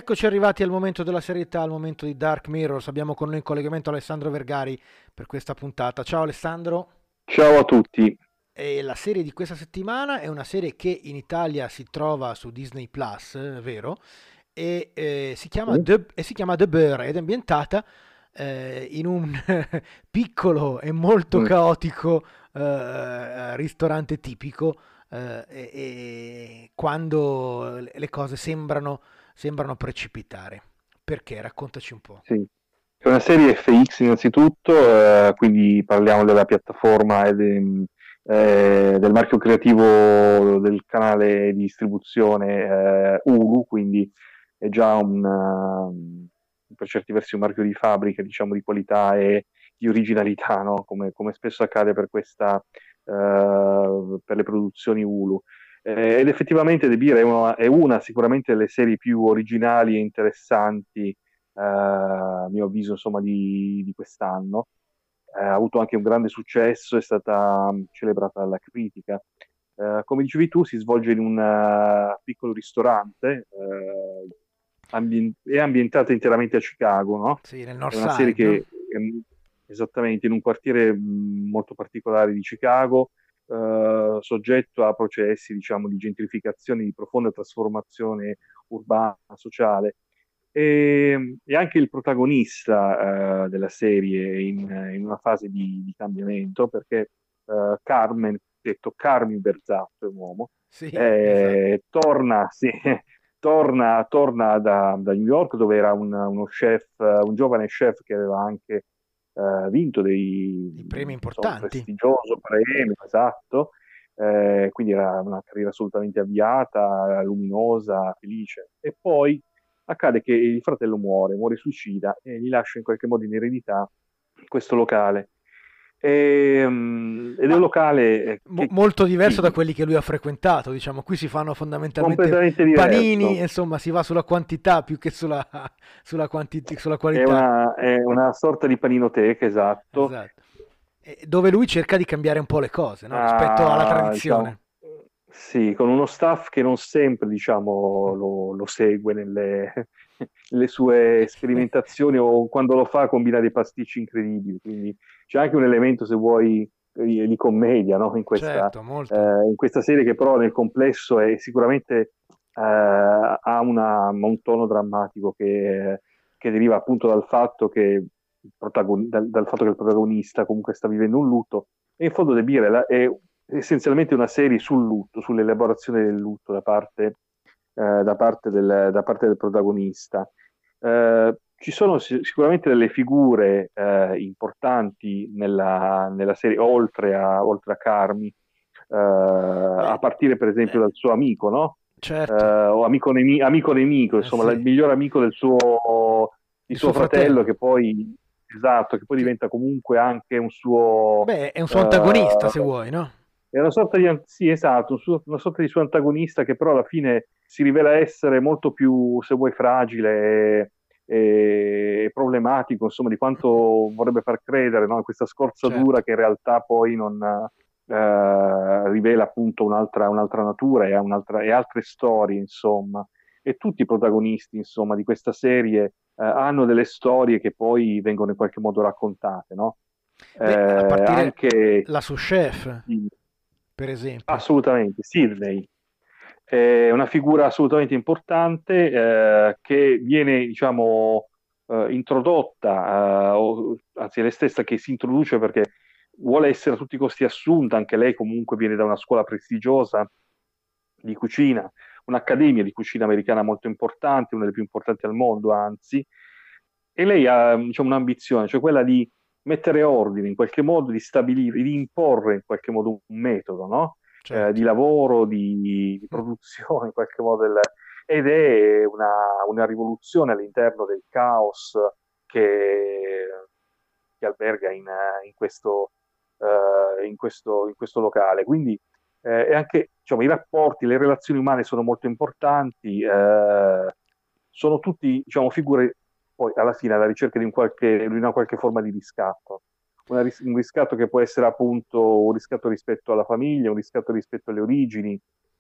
eccoci arrivati al momento della serietà, al momento di Dark Mirrors. Abbiamo con noi in collegamento Alessandro Vergari per questa puntata. Ciao Alessandro. Ciao a tutti. E la serie di questa settimana è una serie che in Italia si trova su Disney Plus, eh, vero? E, eh, si chiama Sì. The, e si chiama The Bear ed è ambientata eh, in un piccolo e molto Mm. caotico eh, ristorante tipico eh, e, e quando le cose sembrano, sembrano precipitare. Perché? Raccontaci un po'. Sì. È una serie F X innanzitutto, eh, quindi parliamo della piattaforma e de- eh, del marchio creativo del canale di distribuzione eh, Hulu, quindi è già un, eh, per certi versi un marchio di fabbrica, diciamo, di qualità e di originalità, no? Come, come spesso accade per questa, eh, per le produzioni Hulu. Eh, ed effettivamente The Bear è una, è una sicuramente delle serie più originali e interessanti, eh, a mio avviso, insomma, di, di quest'anno. Eh, ha avuto anche un grande successo, è stata mh, celebrata dalla critica. Eh, come dicevi tu, si svolge in un eh, piccolo ristorante, eh, ambien- è ambientata interamente a Chicago, no? Sì, nel È una serie Northside, no? che ehm, esattamente in un quartiere mh, molto particolare di Chicago, eh, soggetto a processi, diciamo, di gentrificazione, di profonda trasformazione urbana, sociale. E, e anche il protagonista eh, della serie è in, in una fase di, di cambiamento, perché eh, Carmen, detto Carmi Berzatto, è un uomo, Sì, esatto. eh, torna, sì, torna, torna da, da New York, dove era un, uno chef, un giovane chef che aveva anche eh, vinto dei, I premi insomma, un importanti. prestigioso premio, esatto. Eh, quindi era una carriera assolutamente avviata, luminosa, felice. E poi accade che il fratello muore, muore suicida e gli lascia in qualche modo in eredità questo locale. E, um, ed è un Ma locale eh, mo- che molto diverso da sì, quelli che lui ha frequentato, diciamo. Qui si fanno fondamentalmente completamente panini, diverso. insomma, si va sulla quantità più che sulla, sulla, quanti- sulla È qualità. una, è una sorta di paninoteca, esatto. Esatto. E dove lui cerca di cambiare un po' le cose, no? Rispetto alla Ah, diciamo, tradizione. sì, con uno staff che non sempre, diciamo, lo, lo segue nelle, nelle sue sperimentazioni, o quando lo fa combina dei pasticci incredibili, quindi c'è anche un elemento, se vuoi, di, di commedia, no? In questa, Certo, molto. eh, in questa serie, che però nel complesso è sicuramente eh, ha una- un tono drammatico che, che deriva appunto dal fatto che il protagon- dal, dal fatto che il protagonista comunque sta vivendo un lutto. E in fondo The Bear è, la- è essenzialmente una serie sul lutto, sull'elaborazione del lutto da parte, eh, da parte del, da parte del protagonista. Eh, ci sono si- sicuramente delle figure eh, importanti nella, nella serie, oltre a, oltre a Carmi, eh, a Beh, partire per esempio eh, dal suo amico, no? Eh, certo. o amico, nemi- amico nemico, Eh insomma, la- sì, il miglior amico del suo, di il suo suo fratello, fratello. che poi, esatto, che poi Che, diventa comunque anche un suo, beh, è un suo antagonista, eh, se vuoi, no? è una sorta di, sì, esatto, un suo- una sorta di suo antagonista, che però alla fine si rivela essere molto più, se vuoi, fragile e, e problematico, insomma, di quanto vorrebbe far credere, no? Questa Certo. scorzatura che in realtà poi non eh, rivela appunto un'altra, un'altra natura e, ha un'altra, e altre storie, insomma. E tutti i protagonisti, insomma, di questa serie eh, hanno delle storie che poi vengono in qualche modo raccontate, no? Eh, Beh, a partire anche la sous chef, sì, per esempio. assolutamente, Sidney è una figura assolutamente importante eh, che viene, diciamo, eh, introdotta, eh, o, anzi è lei stessa che si introduce perché vuole essere a tutti i costi assunta. Anche lei comunque viene da una scuola prestigiosa di cucina, un'accademia di cucina americana molto importante, una delle più importanti al mondo, anzi, e lei ha, diciamo, un'ambizione, cioè quella di mettere ordine in qualche modo, di stabilire, di imporre in qualche modo un metodo, no? Eh, Certo. di lavoro, di, di produzione in qualche modo, del- ed è una, una rivoluzione all'interno del caos che, che alberga in, in questo, eh, in questo, in questo locale. Quindi eh, e anche, diciamo, i rapporti, le relazioni umane sono molto importanti, eh, sono tutti, diciamo, figure poi alla fine alla ricerca di, un qualche, di una qualche forma di riscatto. Una ris- un riscatto che può essere appunto un riscatto rispetto alla famiglia, un riscatto rispetto alle origini,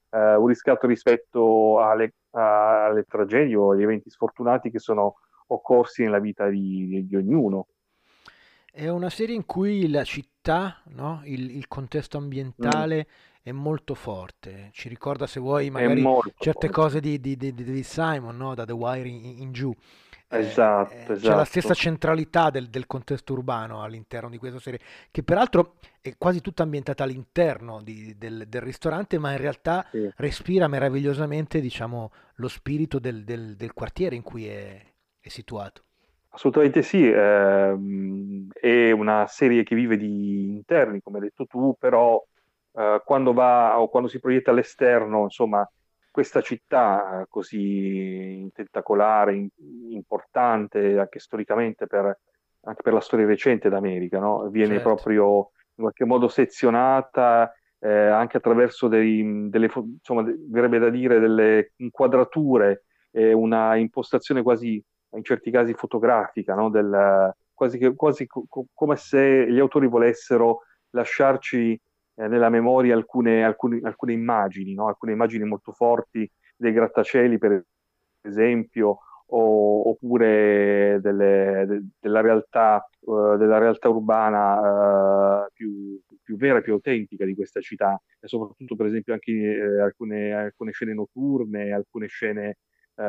eh, un riscatto rispetto alle, alle tragedie o agli eventi sfortunati che sono occorsi nella vita di, di ognuno. È una serie in cui la città, no? il, il contesto ambientale mm. è molto forte. Ci ricorda, se vuoi, magari certe forte. cose di, di, di, di David Simon, no? Da The Wire in, in giù. Esatto, eh, esatto. C'è la stessa centralità del, del contesto urbano all'interno di questa serie, che peraltro è quasi tutta ambientata all'interno di, del, del ristorante, ma in realtà sì. respira meravigliosamente, diciamo, lo spirito del, del, del quartiere in cui è, è situato. Assolutamente sì, ehm, è una serie che vive di interni, come hai detto tu, però eh, quando va o quando si proietta all'esterno, insomma, questa città così tentacolare, in, importante anche storicamente per, anche per la storia recente d'America, no? Viene certo. proprio in qualche modo sezionata eh, anche attraverso dei, delle, insomma, verrebbe da dire delle inquadrature e una impostazione quasi in certi casi fotografica, no? Del, quasi, che, quasi co- come se gli autori volessero lasciarci eh, nella memoria alcune, alcune, alcune immagini, no? Alcune immagini molto forti dei grattacieli, per esempio, o, oppure delle, de, della, realtà, uh, della realtà urbana uh, più, più vera e più autentica di questa città, e soprattutto per esempio anche eh, alcune, alcune scene notturne, alcune scene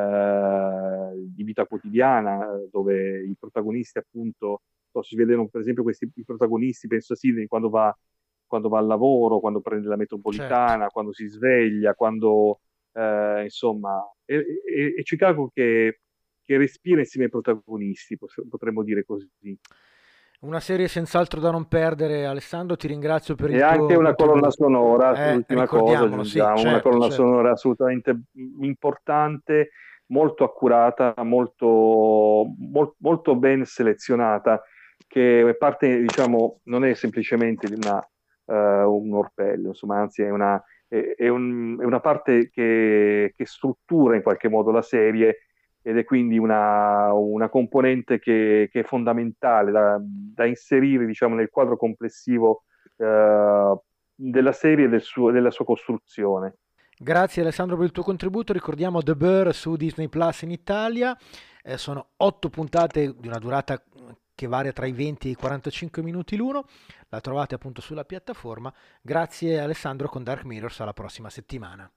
Uh, di vita quotidiana, dove i protagonisti appunto so, si vedono per esempio questi i protagonisti, penso a Sidney quando va, quando va al lavoro, quando prende la metropolitana, certo. quando si sveglia, quando uh, insomma è, è, è Chicago che, che respira insieme ai protagonisti, potremmo dire così. Una serie senz'altro da non perdere. Alessandro, ti ringrazio per il e tuo anche una contributo. colonna sonora, eh, l'ultima cosa aggiungiamo, sì, certo, una colonna certo. sonora assolutamente importante, molto accurata, molto, mol, molto ben selezionata, che è parte, diciamo, non è semplicemente di una, uh, un orpello, insomma, anzi è una, è, è un, è una parte che, che struttura in qualche modo la serie, ed è quindi una, una componente che, che è fondamentale da, da inserire, diciamo, nel quadro complessivo uh, della serie e del suo, della sua costruzione. Grazie Alessandro per il tuo contributo. Ricordiamo The Bear su Disney Plus in Italia, eh, sono otto puntate di una durata che varia tra i venti e i quarantacinque minuti l'uno, la trovate appunto sulla piattaforma. Grazie Alessandro, con Dark Mirrors alla prossima settimana.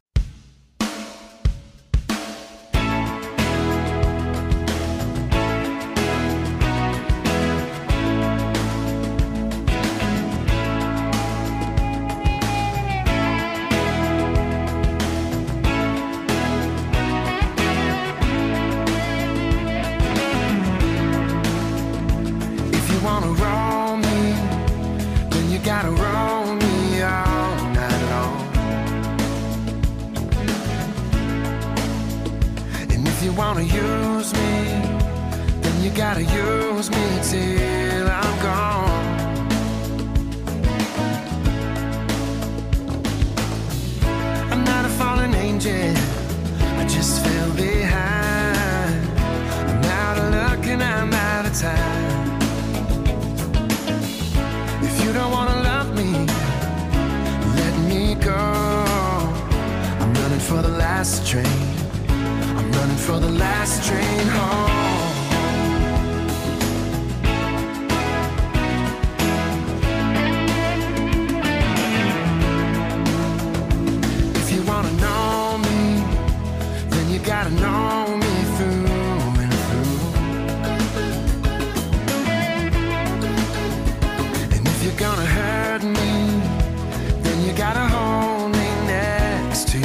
Wanna use me, then you gotta use me till I'm gone. I'm not a fallen angel, I just fell behind. I'm out of luck and I'm out of time. If you don't wanna love me, let me go. I'm running for the last train, running for the last train home. If you wanna know me, then you gotta know me through and through. And if you're gonna hurt me, then you gotta hold me next to you.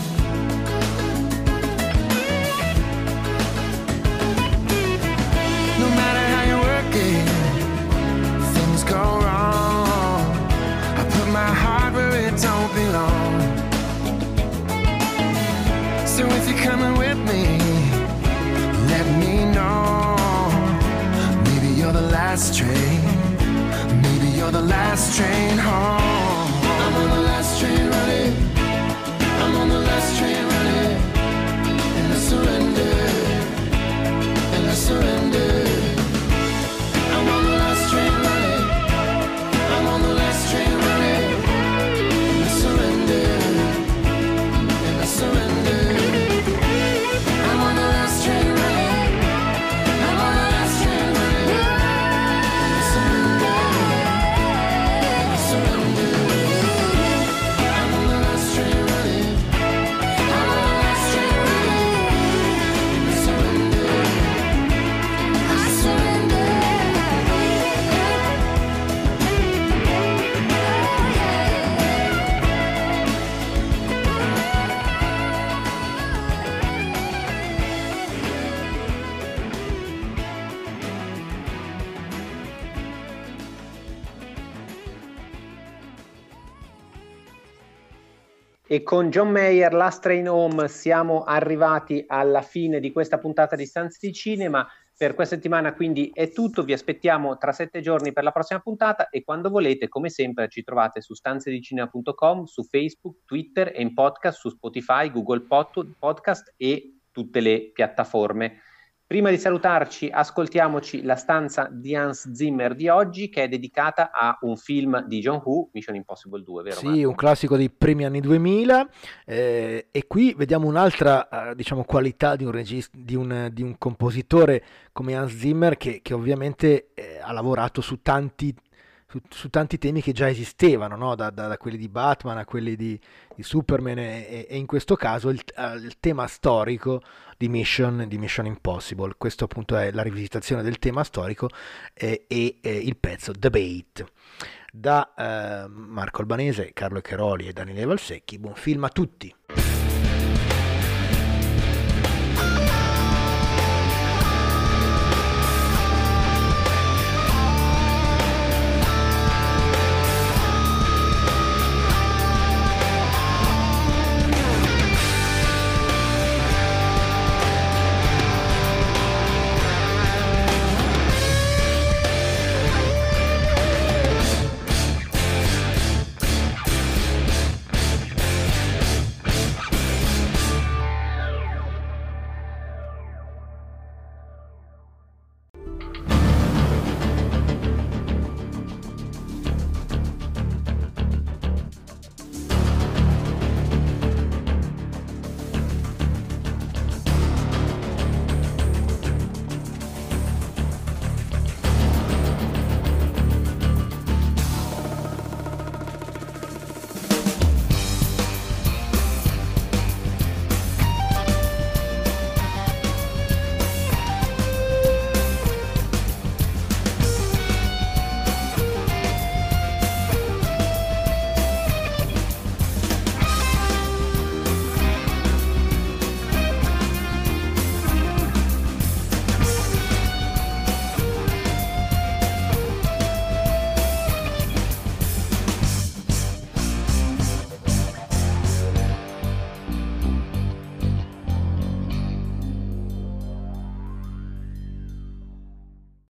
So if you're coming with me, let me know. Maybe you're the last train, maybe you're the last train home. I'm on the last train running, I'm on the last train running, and I surrender, and I surrender. I'm on the last train running, I'm on the last train running, and I surrender. E con John Mayer, Last Train Home, siamo arrivati alla fine di questa puntata di Stanze di Cinema. Per questa settimana quindi è tutto, vi aspettiamo tra sette giorni per la prossima puntata e quando volete, come sempre, ci trovate su stanzedicinema punto com, su Facebook, Twitter e in podcast su Spotify, Google Podcast e tutte le piattaforme. Prima di salutarci, ascoltiamoci la stanza di Hans Zimmer di oggi, che è dedicata a un film di John Woo, Mission Impossible due, vero? Sì, Marco? un classico dei primi anni duemila, eh, e qui vediamo un'altra eh, diciamo, qualità di un, regista, di, un, di un compositore come Hans Zimmer, che, che ovviamente eh, ha lavorato su tanti, su, su tanti temi che già esistevano, no? da, da, da quelli di Batman a quelli di, di Superman e, e in questo caso il, il tema storico di Mission, di Mission Impossible. Questo appunto è la rivisitazione del tema storico eh, e eh, il pezzo The Bait. Da eh, Marco Albanese, Carlo Cheroli e Daniele Valsecchi, buon film a tutti.